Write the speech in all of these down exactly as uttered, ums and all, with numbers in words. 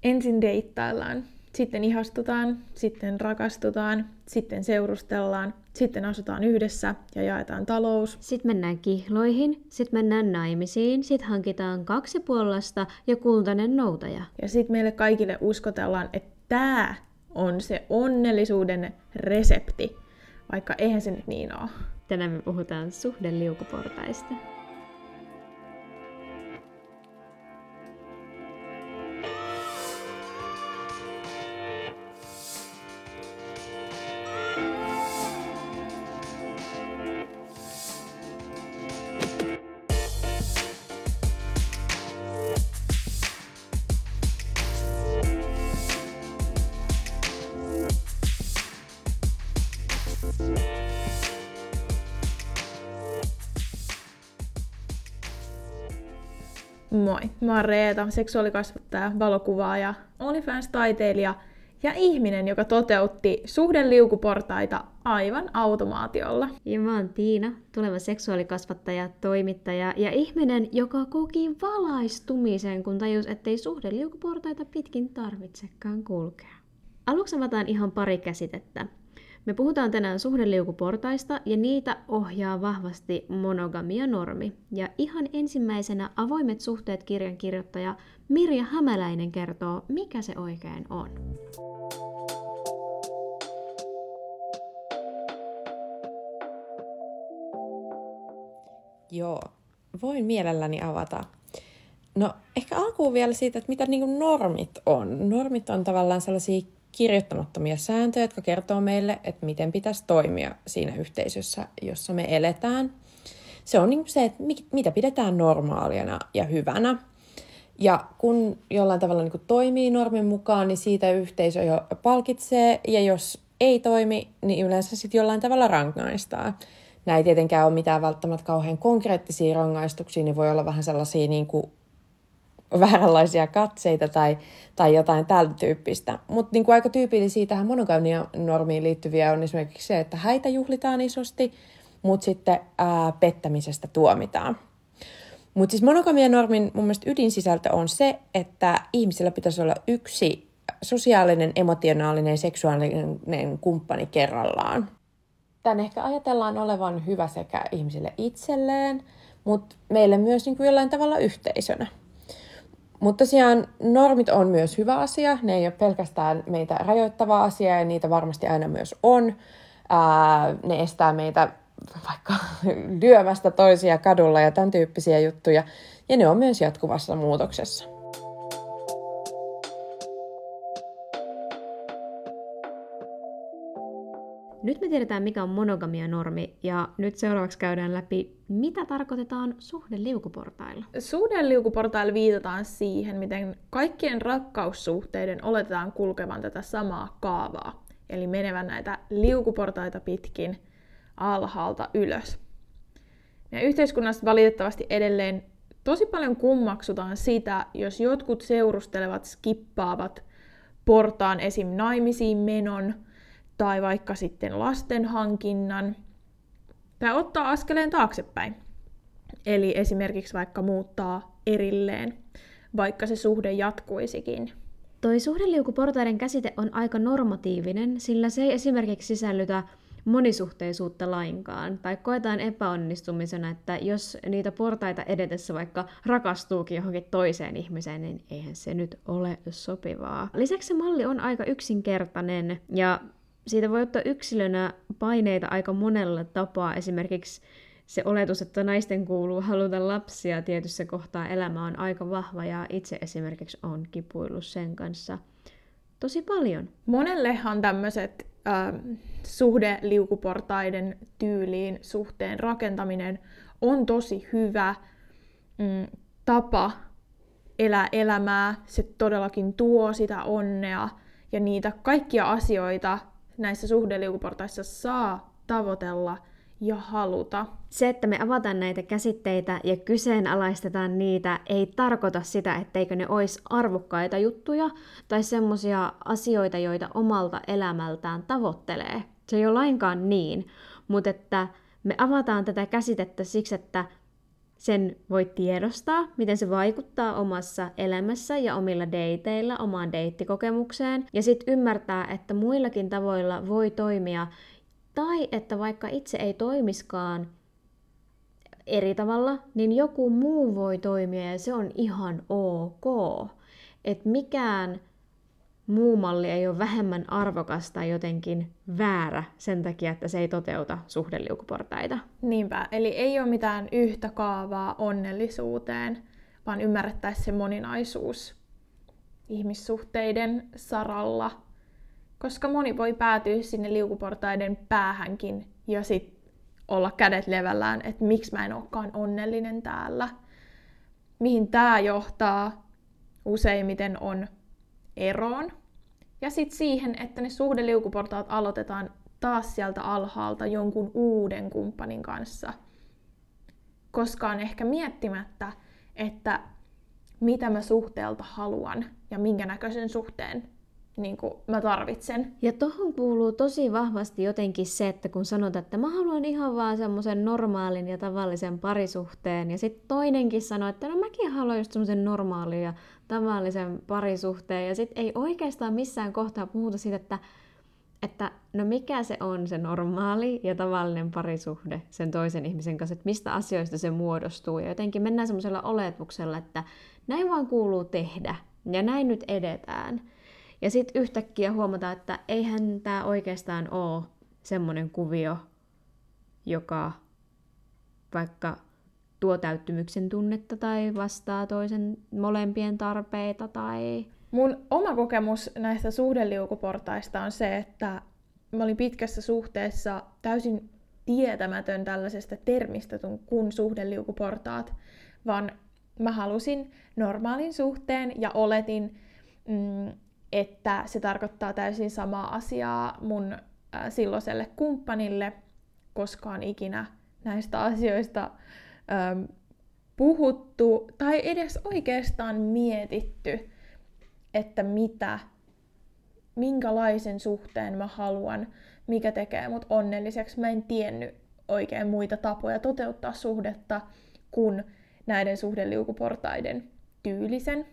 ensin deittaillaan, sitten ihastutaan, sitten rakastutaan, sitten seurustellaan, sitten asutaan yhdessä ja jaetaan talous. Sitten mennään kihloihin, sitten mennään naimisiin, sitten hankitaan kaksi puoli lasta ja kultainen noutaja. Ja sitten meille kaikille uskotellaan, että tämä on se onnellisuuden resepti, vaikka eihän se nyt niin ole. Tänään me puhutaan suhdeliukuportaista. Moi, mä oon Reeta, seksuaalikasvattaja, valokuvaaja, OnlyFans-taiteilija ja ihminen, joka toteutti suhdeliukuportaita aivan automaatiolla. Ja mä oon Tiina, tuleva seksuaalikasvattaja, toimittaja ja ihminen, joka koki valaistumisen, kun tajus, ettei suhdeliukuportaita pitkin tarvitsekaan kulkea. Aluksi avataan ihan pari käsitettä. Me puhutaan tänään suhdeliukuportaista ja niitä ohjaa vahvasti monogamia-normi. Ja ihan ensimmäisenä Avoimet suhteet -kirjan kirjoittaja Mirja Hämäläinen kertoo, mikä se oikein on. Joo, voin mielelläni avata. No ehkä alkuun vielä siitä, että mitä niin normit on. Normit on tavallaan sellaisia kirjoittamattomia sääntöjä, jotka kertoo meille, että miten pitäisi toimia siinä yhteisössä, jossa me eletään. Se on niin se, että mitä pidetään normaalina ja hyvänä. Ja kun jollain tavalla niin toimii normin mukaan, niin siitä yhteisö jo palkitsee, ja jos ei toimi, niin yleensä sitten jollain tavalla rangaistaan. Nämä ei tietenkään ole mitään välttämättä kauhean konkreettisia rangaistuksia, niin voi olla vähän sellaisia niin kuin vääränlaisia katseita tai, tai jotain tältä tyyppistä. Mutta niin aika tyypillisiä tähän monogamia-normiin liittyviä on esimerkiksi se, että häitä juhlitaan isosti, mutta sitten ää, pettämisestä tuomitaan. Mutta siis monogamianormin mun mielestä ydinsisältö on se, että ihmisillä pitäisi olla yksi sosiaalinen, emotionaalinen ja seksuaalinen kumppani kerrallaan. Tämän ehkä ajatellaan olevan hyvä sekä ihmisille itselleen, mutta meille myös niin kuin jollain tavalla yhteisönä. Mutta tosiaan normit on myös hyvä asia. Ne ei ole pelkästään meitä rajoittava asia ja niitä varmasti aina myös on. Ää, ne estää meitä vaikka lyömästä toisia kadulla ja tämän tyyppisiä juttuja. Ja ne on myös jatkuvassa muutoksessa. Nyt me tiedetään, mikä on monogamia-normi, ja nyt seuraavaksi käydään läpi, mitä tarkoitetaan suhdeliukuportailla. Suhdeliukuportailla viitataan siihen, miten kaikkien rakkaussuhteiden oletetaan kulkevan tätä samaa kaavaa, eli menevän näitä liukuportaita pitkin alhaalta ylös. Ja yhteiskunnassa valitettavasti edelleen tosi paljon kummaksutaan sitä, jos jotkut seurustelevat skippaavat portaan esim. Naimisiin menon, tai vaikka sitten lasten hankinnan, tai ottaa askeleen taaksepäin. Eli esimerkiksi vaikka muuttaa erilleen, vaikka se suhde jatkuisikin. Toi suhdeliukuportaiden käsite on aika normatiivinen, sillä se ei esimerkiksi sisällytä monisuhteisuutta lainkaan, tai koetaan epäonnistumisena, että jos niitä portaita edetessä vaikka rakastuukin johonkin toiseen ihmiseen, niin eihän se nyt ole sopivaa. Lisäksi se malli on aika yksinkertainen, ja siitä voi ottaa yksilönä paineita aika monella tapaa. Esimerkiksi se oletus, että naisten kuuluu haluta lapsia tietyssä kohtaa elämää on aika vahva, ja itse esimerkiksi on kipuillut sen kanssa tosi paljon. Monellehan tämmöiset äh, suhdeliukuportaiden tyyliin suhteen rakentaminen on tosi hyvä mm, tapa elää elämää. Se todellakin tuo sitä onnea ja niitä kaikkia asioita näissä suhdeliukuportaissa saa tavoitella ja haluta. Se, että me avataan näitä käsitteitä ja kyseenalaistetaan niitä, ei tarkoita sitä, etteikö ne olisi arvokkaita juttuja tai semmoisia asioita, joita omalta elämältään tavoittelee. Se ei ole lainkaan niin, mutta että me avataan tätä käsitettä siksi, että sen voi tiedostaa, miten se vaikuttaa omassa elämässä ja omilla deiteillä, omaan deittikokemukseen, ja sitten ymmärtää, että muillakin tavoilla voi toimia, tai että vaikka itse ei toimiskaan eri tavalla, niin joku muu voi toimia, ja se on ihan ok. Että mikään muu malli ei ole vähemmän arvokas tai jotenkin väärä sen takia, että se ei toteuta suhdeliukuportaita. Niinpä, eli ei ole mitään yhtä kaavaa onnellisuuteen, vaan ymmärrettäisiin se moninaisuus ihmissuhteiden saralla, koska moni voi päätyä sinne liukuportaiden päähänkin ja sitten olla kädet levällään, että miksi mä en olekaan onnellinen täällä. Mihin tämä johtaa useimmiten on eroon. Ja sitten siihen, että ne suhdeliukuportaat aloitetaan taas sieltä alhaalta jonkun uuden kumppanin kanssa. Koskaan ehkä miettimättä, että mitä mä suhteelta haluan ja minkä näköisen suhteen niin kuin mä tarvitsen. Ja tohon kuuluu tosi vahvasti jotenkin se, että kun sanotaan, että mä haluan ihan vaan semmoisen normaalin ja tavallisen parisuhteen, ja sitten toinenkin sanoo, että no mäkin haluan just semmoisen normaalin ja tavallisen parisuhteen, ja sitten ei oikeastaan missään kohtaa puhuta siitä, että, että no mikä se on se normaali ja tavallinen parisuhde sen toisen ihmisen kanssa, että mistä asioista se muodostuu, ja jotenkin mennään semmoisella oletuksella, että näin vaan kuuluu tehdä, ja näin nyt edetään. Ja sitten yhtäkkiä huomataan, että eihän tämä oikeastaan ole semmoinen kuvio, joka vaikka tuo täyttymyksen tunnetta tai vastaa toisen molempien tarpeita. Tai... Mun oma kokemus näistä suhdeliukuportaista on se, että mä olin pitkässä suhteessa täysin tietämätön tällaisesta termistä kuin suhdeliukuportaat, vaan mä halusin normaalin suhteen ja oletin, mm, että se tarkoittaa täysin samaa asiaa mun äh, silloiselle kumppanille, koskaan ikinä näistä asioista ähm, puhuttu tai edes oikeastaan mietitty, että mitä, minkälaisen suhteen mä haluan, mikä tekee mut onnelliseksi. Mä en tiennyt oikein muita tapoja toteuttaa suhdetta kuin näiden suhdeliukuportaiden tyylisen.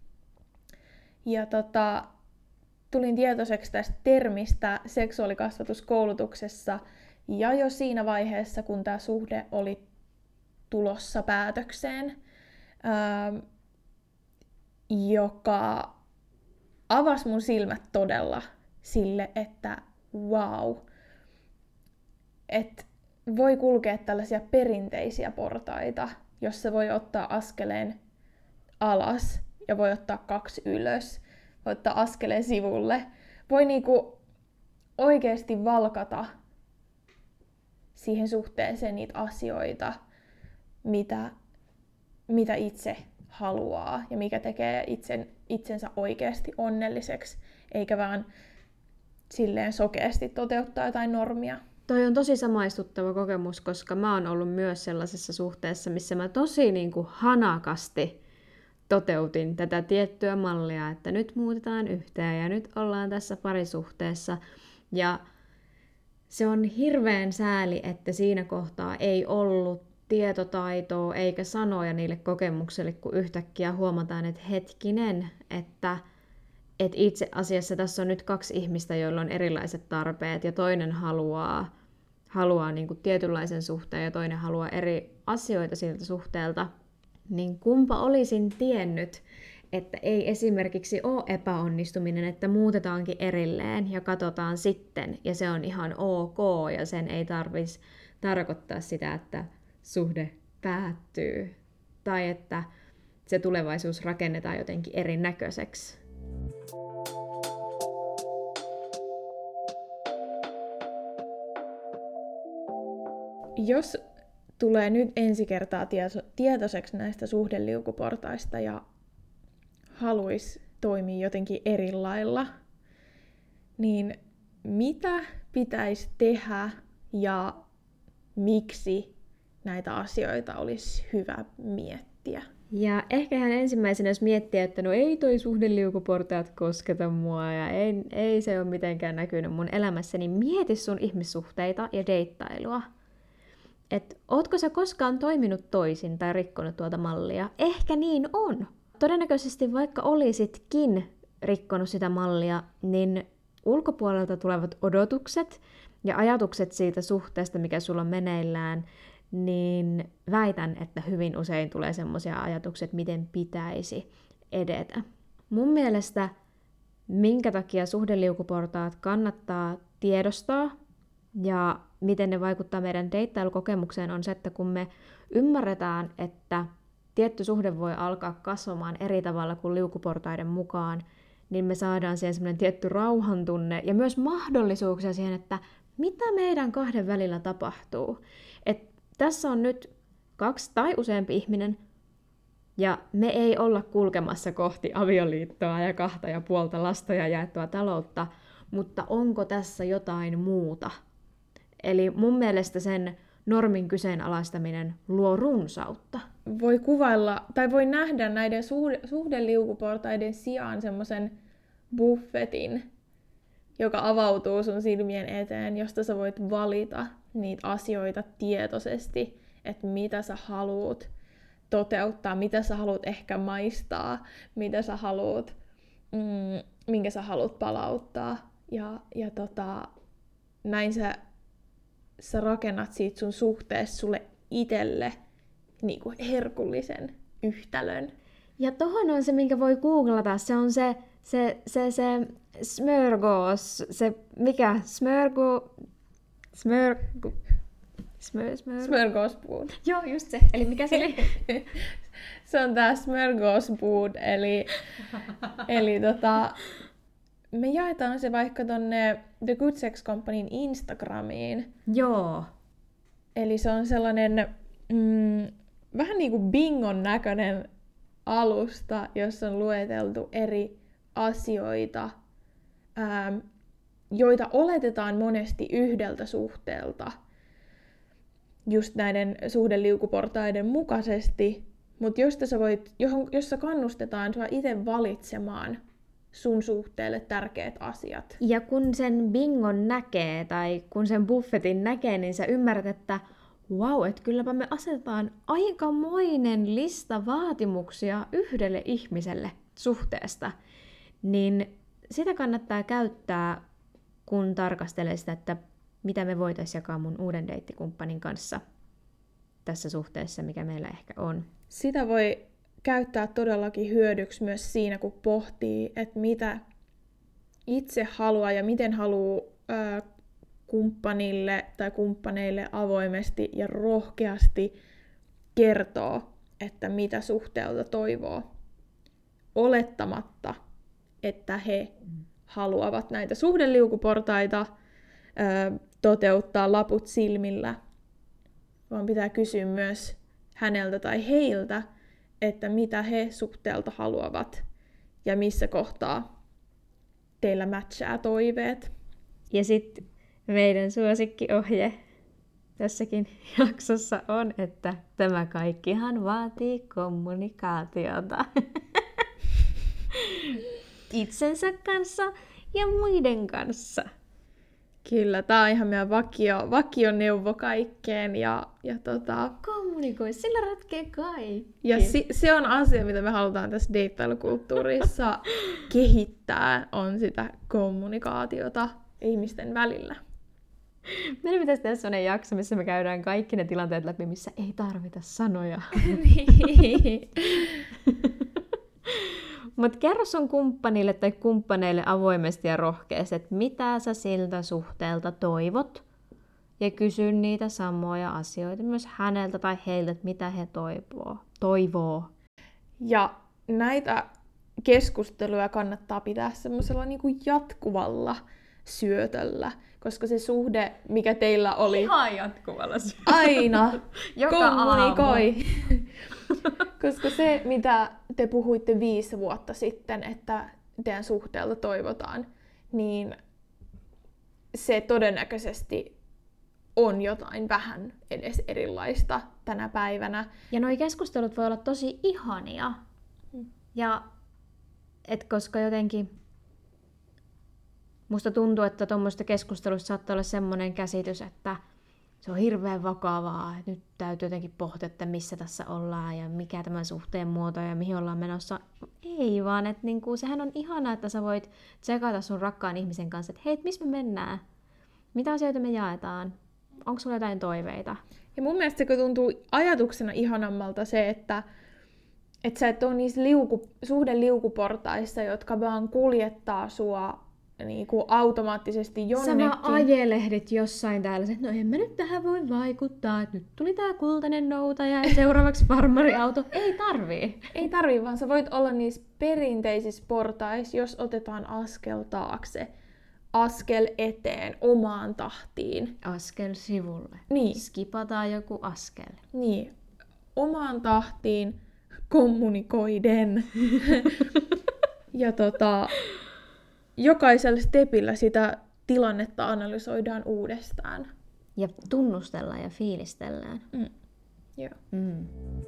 Ja tota, tulin tietoiseksi tästä termistä seksuaalikasvatuskoulutuksessa ja jo siinä vaiheessa, kun tämä suhde oli tulossa päätökseen, ää, joka avasi mun silmät todella sille, että wow, että voi kulkea tällaisia perinteisiä portaita, jossa voi ottaa askeleen alas ja voi ottaa kaksi ylös, voi ottaa askeleen sivulle. Voi niinku oikeasti valkata siihen suhteeseen niitä asioita, mitä, mitä itse haluaa ja mikä tekee itsen, itsensä oikeasti onnelliseksi, eikä vaan silleen sokeasti toteuttaa jotain normia. Toi on tosi samaistuttava kokemus, koska mä oon ollut myös sellaisessa suhteessa, missä mä tosi niin kuin hanakasti toteutin tätä tiettyä mallia, että nyt muutetaan yhteen ja nyt ollaan tässä parisuhteessa. Ja se on hirveän sääli, että siinä kohtaa ei ollut tietotaitoa eikä sanoja niille kokemuksille, kun yhtäkkiä huomataan, että hetkinen, että, että itse asiassa tässä on nyt kaksi ihmistä, joilla on erilaiset tarpeet ja toinen haluaa, haluaa niin kuin tietynlaisen suhteen ja toinen haluaa eri asioita siltä suhteelta. Niin kumpa olisin tiennyt, että ei esimerkiksi ole epäonnistuminen, että muutetaankin erilleen ja katsotaan sitten, ja se on ihan ok, ja sen ei tarvitsisi tarkoittaa sitä, että suhde päättyy, tai että se tulevaisuus rakennetaan jotenkin erinäköiseksi. Jos tulee nyt ensi kertaa tieto- tietoiseksi näistä suhdeliukuportaista ja haluaisi toimia jotenkin eri lailla, niin mitä pitäisi tehdä ja miksi näitä asioita olisi hyvä miettiä? Ja ehkä ihan ensimmäisenä, jos miettii, että no ei toi suhdeliukuportaat kosketa mua ja ei, ei se ole mitenkään näkynyt mun elämässä, niin mieti sun ihmissuhteita ja deittailua. että ootko sä koskaan toiminut toisin tai rikkonut tuota mallia? Ehkä niin on. Todennäköisesti vaikka olisitkin rikkonut sitä mallia, niin ulkopuolelta tulevat odotukset ja ajatukset siitä suhteesta, mikä sulla on meneillään, niin väitän, että hyvin usein tulee semmoisia ajatuksia, että miten pitäisi edetä. Mun mielestä minkä takia suhdeliukuportaat kannattaa tiedostaa ja miten ne vaikuttaa meidän deittailukokemukseen on se, että kun me ymmärretään, että tietty suhde voi alkaa kasvamaan eri tavalla kuin liukuportaiden mukaan, niin me saadaan siihen semmoinen tietty rauhantunne ja myös mahdollisuuksia siihen, että mitä meidän kahden välillä tapahtuu. Et tässä on nyt kaksi tai useampi ihminen, ja me ei olla kulkemassa kohti avioliittoa ja kahta ja puolta lasta ja jaettua taloutta, mutta onko tässä jotain muuta? Eli mun mielestä sen normin kyseenalaistaminen luo runsautta. Voi kuvailla, tai voi nähdä näiden suhde, suhdeliukuportaiden sijaan semmoisen buffetin, joka avautuu sun silmien eteen, josta sä voit valita niitä asioita tietoisesti, että mitä sä haluut toteuttaa, mitä sä haluat ehkä maistaa, mitä sä haluat, mm, minkä sä haluat palauttaa. Ja, ja tota, näin sä, sä rakennat siitä sun suhteessa sulle itselle niin kuin herkullisen yhtälön. Ja tohon on se, minkä voi googlata, se on se, se, se, se smörgås, se mikä, smörgå, smörgå, smör, smör. Smörgåsbord. Joo, just se. Eli mikä se oli? Se on tää smörgåsbord, eli, eli tota, me jaetaan se vaikka tonne The Good Sex Companyn Instagramiin. Joo. Eli se on sellainen mm, vähän niin kuin bingon näköinen alusta, jossa on lueteltu eri asioita, ää, joita oletetaan monesti yhdeltä suhteelta, just näiden suhdeliukuportaiden mukaisesti, mutta josta sä voit, jossa kannustetaan sua itse valitsemaan sun suhteelle tärkeät asiat. Ja kun sen bingon näkee, tai kun sen buffetin näkee, niin sä ymmärrät, että wow, että kylläpä me asetetaan aikamoinen lista vaatimuksia yhdelle ihmiselle suhteesta. Niin sitä kannattaa käyttää, kun tarkastelee sitä, että mitä me voitaisiin jakaa mun uuden deittikumppanin kanssa tässä suhteessa, mikä meillä ehkä on. Sitä voi käyttää todellakin hyödyksi myös siinä, kun pohtii, että mitä itse haluaa ja miten haluaa ää, kumppanille tai kumppaneille avoimesti ja rohkeasti kertoa, että mitä suhteelta toivoo, olettamatta, että he haluavat näitä suhdeliukuportaita ää, toteuttaa laput silmillä, vaan pitää kysyä myös häneltä tai heiltä, että mitä he suhteelta haluavat ja missä kohtaa teillä matchaa toiveet. Ja sitten meidän suosikkiohje tässäkin jaksossa on, että tämä kaikkihan vaatii kommunikaatiota itsensä kanssa ja muiden kanssa. Kyllä, tää on ihan meidän vakio, vakioneuvo kaikkeen. Ja, ja tota... Kommunikoi, sillä ratkee kaikki. Ja si, se on asia, mitä me halutaan tässä deittailukulttuurissa kehittää, on sitä kommunikaatiota ihmisten välillä. Meidän pitäisi tehdä sellainen jakso, missä me käydään kaikki ne tilanteet läpi, missä ei tarvita sanoja. Mutta kerro sun kumppanille tai kumppaneille avoimesti ja rohkeasti, että mitä sä siltä suhteelta toivot. Ja kysy niitä samoja asioita myös häneltä tai heiltä, että mitä he toivoo. toivoo. Ja näitä keskusteluja kannattaa pitää semmoisella niinku jatkuvalla syötöllä, koska se suhde, mikä teillä oli... Ihan jatkuvalla syötöllä. Aina Joka kommunikoi. Koska se, mitä te puhuitte viisi vuotta sitten, että teidän suhteelta toivotaan, niin se todennäköisesti on jotain vähän edes erilaista tänä päivänä. Ja nuo keskustelut voi olla tosi ihania. Hmm. Ja et koska jotenkin musta tuntuu, että tuommoista keskustelusta saattaa olla semmoinen käsitys, että se on hirveän vakavaa, että nyt täytyy jotenkin pohtia, että missä tässä ollaan ja mikä tämän suhteen muoto ja mihin ollaan menossa. Ei vaan, että niinku, sehän on ihanaa, että sä voit tsekata sun rakkaan ihmisen kanssa, että hei, missä me mennään? Mitä asioita me jaetaan? Onko sulla jotain toiveita? Ja mun mielestä se tuntuu ajatuksena ihanammalta se, että et sä et ole niissä liuku, suhdeliukuportaissa, jotka vaan kuljettaa sua niinku automaattisesti jonnekin. Sä vaan ajelehdit jossain täällä, että no en mä nyt tähän voi vaikuttaa, että nyt tuli tää kultainen noutaja ja seuraavaksi farmariauto. Ei tarvii. Ei tarvii, vaan sä voit olla niissä perinteisissä portaissa, jos otetaan askel taakse, askel eteen, omaan tahtiin. Askel sivulle. Niin. Skipataan joku askel. Niin, omaan tahtiin kommunikoiden. Ja tota, jokaisella stepillä sitä tilannetta analysoidaan uudestaan. Ja tunnustellaan ja fiilistellään. Mm. Joo. Mm.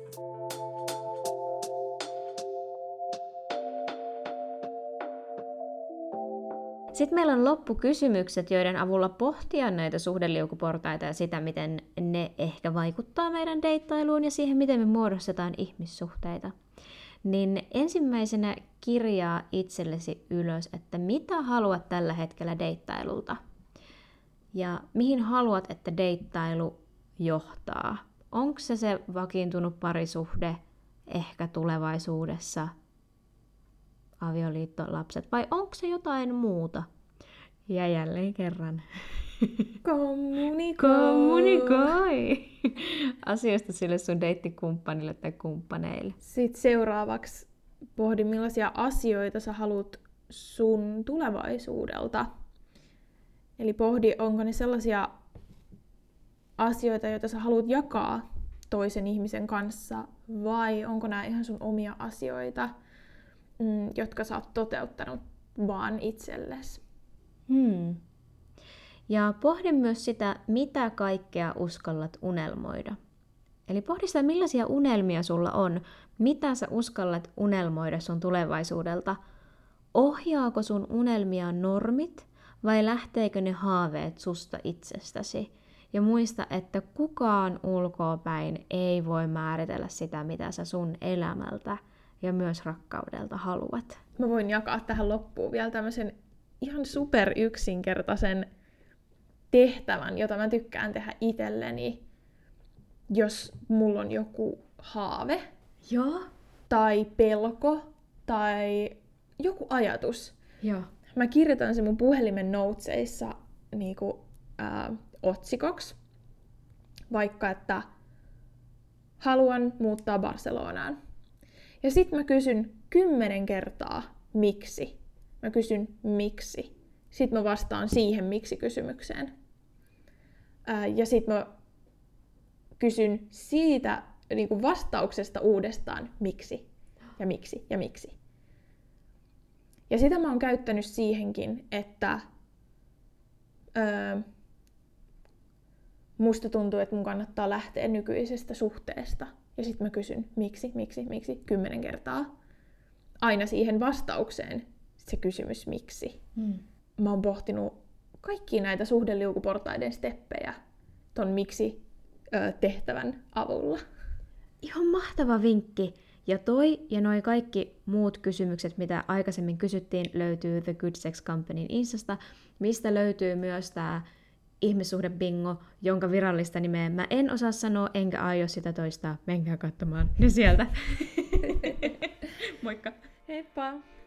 Sitten meillä on loppukysymykset, joiden avulla pohtia näitä suhdeliukuportaita ja sitä, miten ne ehkä vaikuttaa meidän deittailuun ja siihen, miten me muodostetaan ihmissuhteita. Niin ensimmäisenä kirjaa itsellesi ylös, että mitä haluat tällä hetkellä deittailulta ja mihin haluat, että deittailu johtaa. Onko se se vakiintunut parisuhde ehkä tulevaisuudessa, avioliitto, lapset, vai onko se jotain muuta? Ja jälleen kerran. Kommunikoi! Kommunikoi! Asioista sille sun deittikumppanille tai kumppaneille. Sitten seuraavaksi pohdi, millaisia asioita sä haluat sun tulevaisuudelta. Eli pohdi, onko ne sellaisia asioita, joita sä haluat jakaa toisen ihmisen kanssa, vai onko nämä ihan sun omia asioita, jotka sä oot toteuttanut vaan itsellesi. Hmm. Ja pohdi myös sitä, mitä kaikkea uskallat unelmoida. Eli pohdi sitä, millaisia unelmia sulla on, mitä sä uskallat unelmoida sun tulevaisuudelta. Ohjaako sun unelmia normit vai lähteekö ne haaveet susta itsestäsi? Ja muista, että kukaan ulkoapäin ei voi määritellä sitä, mitä sä sun elämältä ja myös rakkaudelta haluat. Mä voin jakaa tähän loppuun vielä tämmöisen ihan super yksinkertaisen tehtävän, jota mä tykkään tehdä itselleni, jos mulla on joku haave, Joo. tai pelko, tai joku ajatus. Joo. Mä kirjoitan sen mun puhelimen noteseissa niinku, ää, otsikoksi, vaikka että haluan muuttaa Barcelonaan. Ja sit mä kysyn kymmenen kertaa miksi. Mä kysyn miksi. Sitten mä vastaan siihen miksi-kysymykseen. Ää, ja sitten mä kysyn siitä niin kuin vastauksesta uudestaan miksi ja miksi ja miksi. Ja sitä mä oon käyttänyt siihenkin, että ää, musta tuntuu, että mun kannattaa lähteä nykyisestä suhteesta. Ja sitten mä kysyn miksi, miksi, miksi kymmenen kertaa. Aina siihen vastaukseen se kysymys miksi. Hmm. Mä oon pohtinut kaikkia näitä suhdeliukuportaiden steppejä ton miksi ö, tehtävän avulla. Ihan mahtava vinkki. Ja toi ja noi kaikki muut kysymykset, mitä aikaisemmin kysyttiin, löytyy The Good Sex Companyn Instasta, mistä löytyy myös tää ihmissuhdebingo, jonka virallista nimeä mä en osaa sanoa, enkä aio sitä toistaa. Menkää katsomaan ne sieltä. Moikka! Heippa!